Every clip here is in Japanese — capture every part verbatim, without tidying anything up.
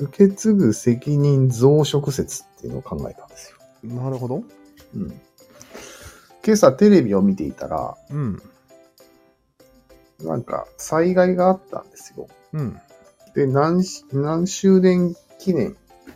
受け継ぐ責任増殖説っていうのを考えたんですよ。 なるほど。 うん。今朝テレビを見ていたら、 うん。 なんか災害があったんですよ。 うん。 で、何し、何周年記念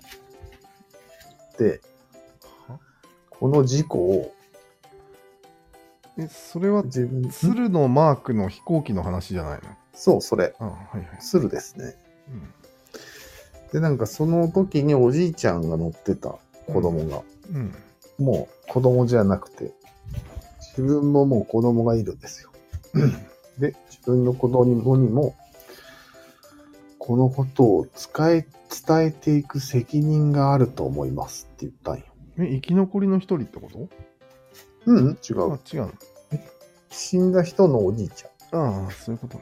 で、この事故を、 え、それは自分、 鶴のマークの飛行機の話じゃないの？ そう、それ。 あ、はいはい。 鶴ですね。 うんで、なんかその時におじいちゃんが乗ってた子供が、 うん。 もう子供じゃなくて、自分ももう子供がいるんですよ。で、自分の子供にも、このことを伝え、伝えていく責任があると思いますって言ったんよ。 え、生き残りの一人ってこと？ うん、違あ、 う。 違うの。 死んだ人のおじいちゃん。 ああ、そういうことね。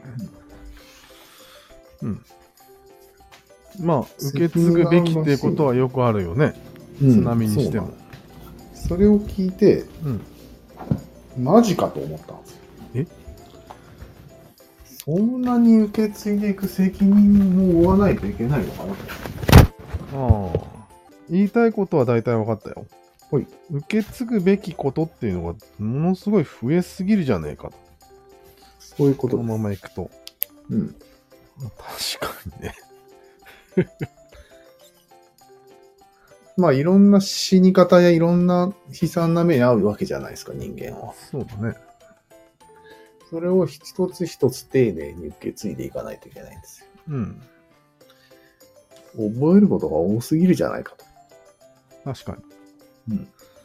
うん。まあ、受け継ぐべきっていうことはよくあるよね。 うん、 津波にしても。 そ, それを聞いて、 うん。 マジかと思ったんですよ。 え？ そんなに受け継いでいく責任を負わないといけないのかなと。 ああ。言いたいことは大体分かったよ。 ほい。 受け継ぐべきことっていうのがものすごい増えすぎるじゃねえかと。 そういうことこのままいくと。 うん。 確かにね。 まあいろんな死に方やいろんな悲惨な目に遭うわけじゃないですか、人間は。 そうだね。 それを一つ一つ丁寧に受け継いでいかないといけないんですよ。 うん。 覚えることが多すぎるじゃないかと。 確かに。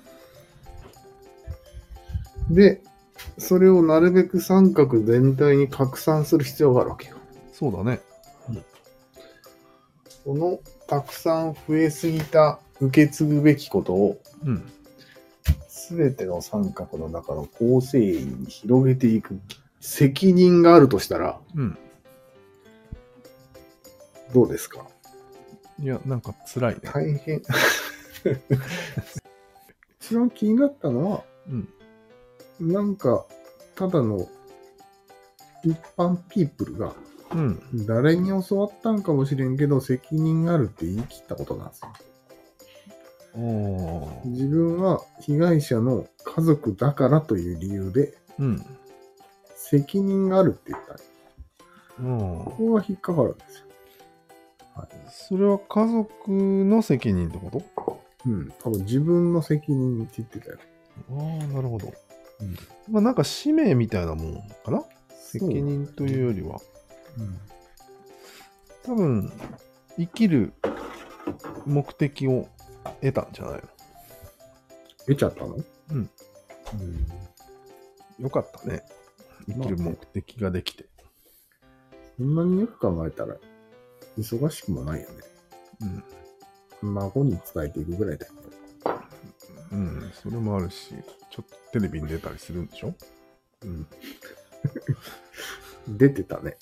うん。で、それをなるべく三角全体に拡散する必要があるわけよ。 そうだね。 うん。このたくさん増えすぎた受け継ぐべきことを、 うん。 すべての三角の中の構成員に広げていく責任があるとしたら、 うん。 どうですか？ いや、なんか辛いね。 大変。一番気になったのは、 うん。 なんか、ただの一般ピープルが、 うん。 誰に教わったんかもしれんけど、責任があるって言い切ったことなんですよ。 おー。 自分は被害者の家族だからという理由で、 うん。 責任があるって言った。 おー。 ここが引っかかるんですよ。はい、 それは家族の責任ってこと？ うん。多分自分の責任って言ってたよ。 ああ、なるほど。 うん、 まあなんか使命みたいなもんかな？責任というよりは。 うん、 多分、生きる目的を得たんじゃないの？ 得ちゃったの？ うん。 うん、 よかったね。生きる目的ができて。 そんなによく考えたら、忙しくもないよね。うん。孫に伝えていくぐらいだよ。 うん、それもあるし、ちょっとテレビに出たりするんでしょ？ うん。出てたね。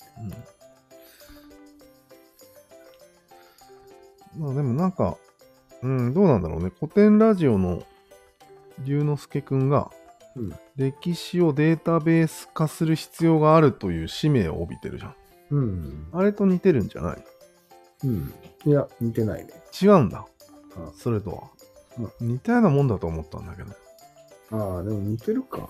うん。まあでもなんか、うん、どうなんだろうね。古典ラジオの龍之介くんが、うん、歴史をデータベース化する必要があるという使命を帯びてるじゃん。うん。あれと似てるんじゃない？ うん。いや、似てないね。 違うんだ。 ああそれとは、 うん。 似たようなもんだと思ったんだけど。 ああ、でも似てるか。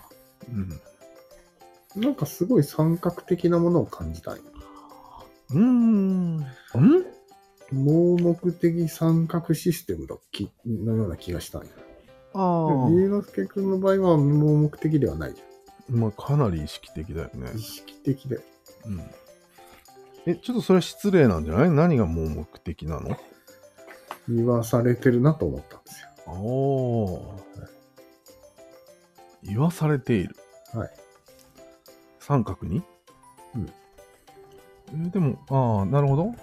うん。 なんかすごい三角的なものを感じたい。 うーん。ん？ 盲目的三角システムのきのような気がしたんや。 ああ。 龍之介くんの場合は盲目的ではないじゃん。まあ、かなり意識的だよね。 意識的だよ。 うん。え、ちょっとそれは失礼なんじゃない？何が盲目的なの？ 言わされてるなと思ったんですよ。 おー。はい、言わされている。 はい。 三角に？ うん。 え、でも、ああ、なるほど。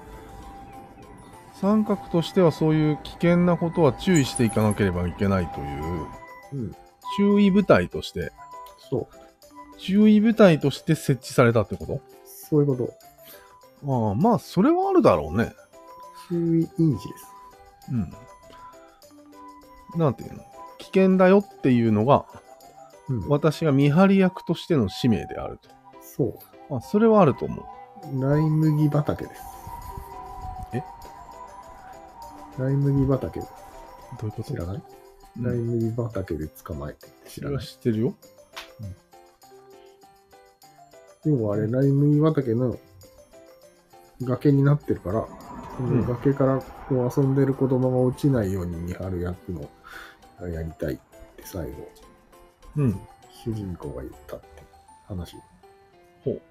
三角としてはそういう危険なことは注意していかなければいけないという、うん、注意部隊として、 そう。 注意部隊として設置されたってこと？ そういうこと。 ああ、まあ、それはあるだろうね。 注意因子です。 うん。なんていうの？危険だよっていうのが、うん、私が見張り役としての使命であると。 そう。 あ、それはあると思う。 ライ麦畑です。 え？ ライ麦畑どういうこと？ 知らない？ うん、 ライ麦畑で捕まえてって知らない？ 知ってるよ。 要はあれ、ライ麦畑の崖になってるから、その崖からこう遊んでる子供が落ちないように見張る役のやりたいって最後、 うん。 主人公が言ったって話。 ほう。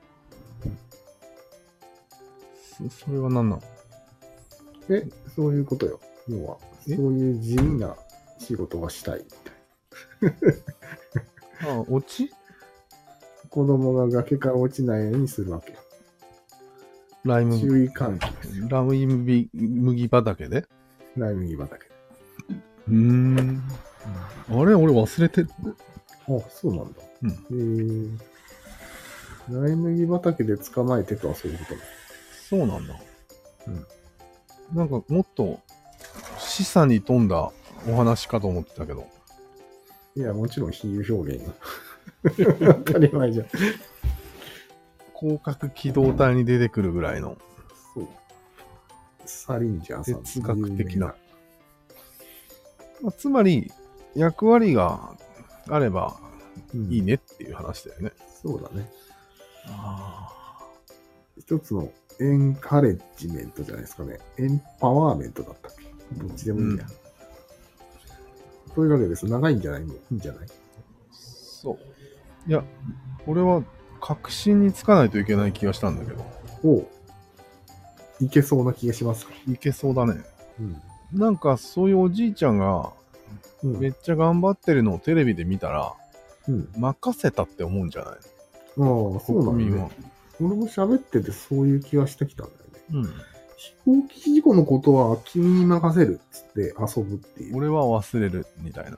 そ、それは何なの？ え、そういうことよ。要は、そういう地味な仕事がしたいみたいああ、落ち？ 子供が崖から落ちないようにするわけよ。 ライ麦。 注意喚起ですよ。 ライ麦、麦畑で？ ライ麦畑。 うーん。あれ俺忘れてる。 あ、そうなんだ。 うん。 へえ。ライ麦畑で捕まえてとはそういうことだ。 そうなんだ。 うん。 なんかもっと示唆に富んだお話かと思ってたけど。 いや、もちろん比喩表現よ。当たり前じゃん。 広角機動隊に出てくるぐらいのそう。サリンジャーさん。 哲学的な。まあ、つまり、役割があればいいねっていう話だよね。 うん、そうだね。 あ一つのエンカレッジメントじゃないですかね。エンパワーメントだったっけ？どっちでもいいや。うん、そういうわけです。長いんじゃないの？いいんじゃない？ そう。いや、これは確信につかないといけない気がしたんだけど。 おう。いけそうな気がしますか？ いけそうだね。 うん。 なんかそういうおじいちゃんがめっちゃ頑張ってるのをテレビで見たら、うん、任せたって思うんじゃない？ああ、 そうなんだ、ね。俺も喋っててそういう気がしてきたんだよね。うん。飛行機事故のことは君に任せるっつって遊ぶっていう。 俺は忘れるみたいな。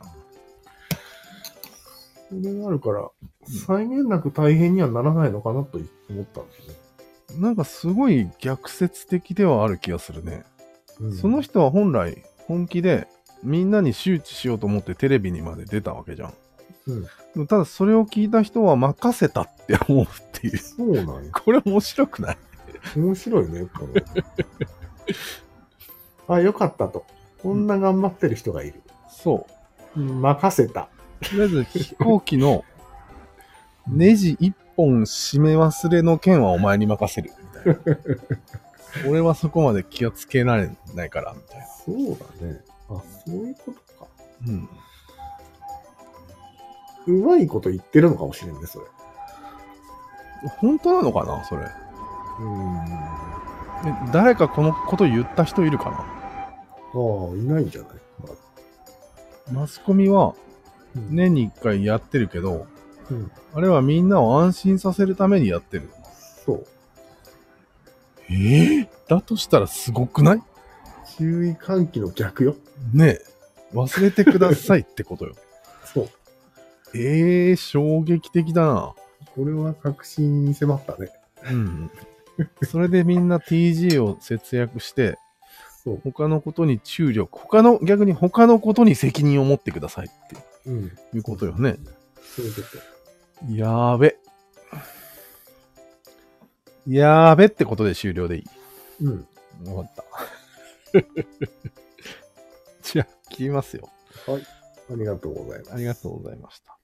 それがあるから、際限なく大変にはならないのかなと思ったんですね。 なんかすごい逆説的ではある気がするね。うん、その人は本来本気でみんなに周知しようと思ってテレビにまで出たわけじゃん。うん、ただそれを聞いた人は任せたって思うっていう。 そうなんや。 これ面白くない？ 面白いね、これ。あ、よかったと。こんな頑張ってる人がいる。 そう。 任せた。 とりあえず飛行機のネジ一本締め忘れの件はお前に任せるみたいな。俺はそこまで気がつけられないからみたいな。 そうだね。あ、そういうことか。うん。うまいこと言ってるのかもしれんね、それ。 本当なのかな、それ。うーん。誰かこのこと言った人いるかな？ああ、いないんじゃない？ マスコミは年に一回やってるけど、うん、あれはみんなを安心させるためにやってる。 そう。 えー、だとしたらすごくない？ 注意喚起の逆よ。 ねえ。忘れてくださいってことよ。 そう。 えー、衝撃的だな。 これは確信に迫ったね。 うん。それでみんな ティージー を節約して、そう他のことに注力、他の、逆に他のことに責任を持ってくださいっていうことよね。 そういうこと。 やーべ。やーべってことで終了でいい。うん。わかった。じゃあ、切りますよ。 はい。ありがとうございます。 ありがとうございました。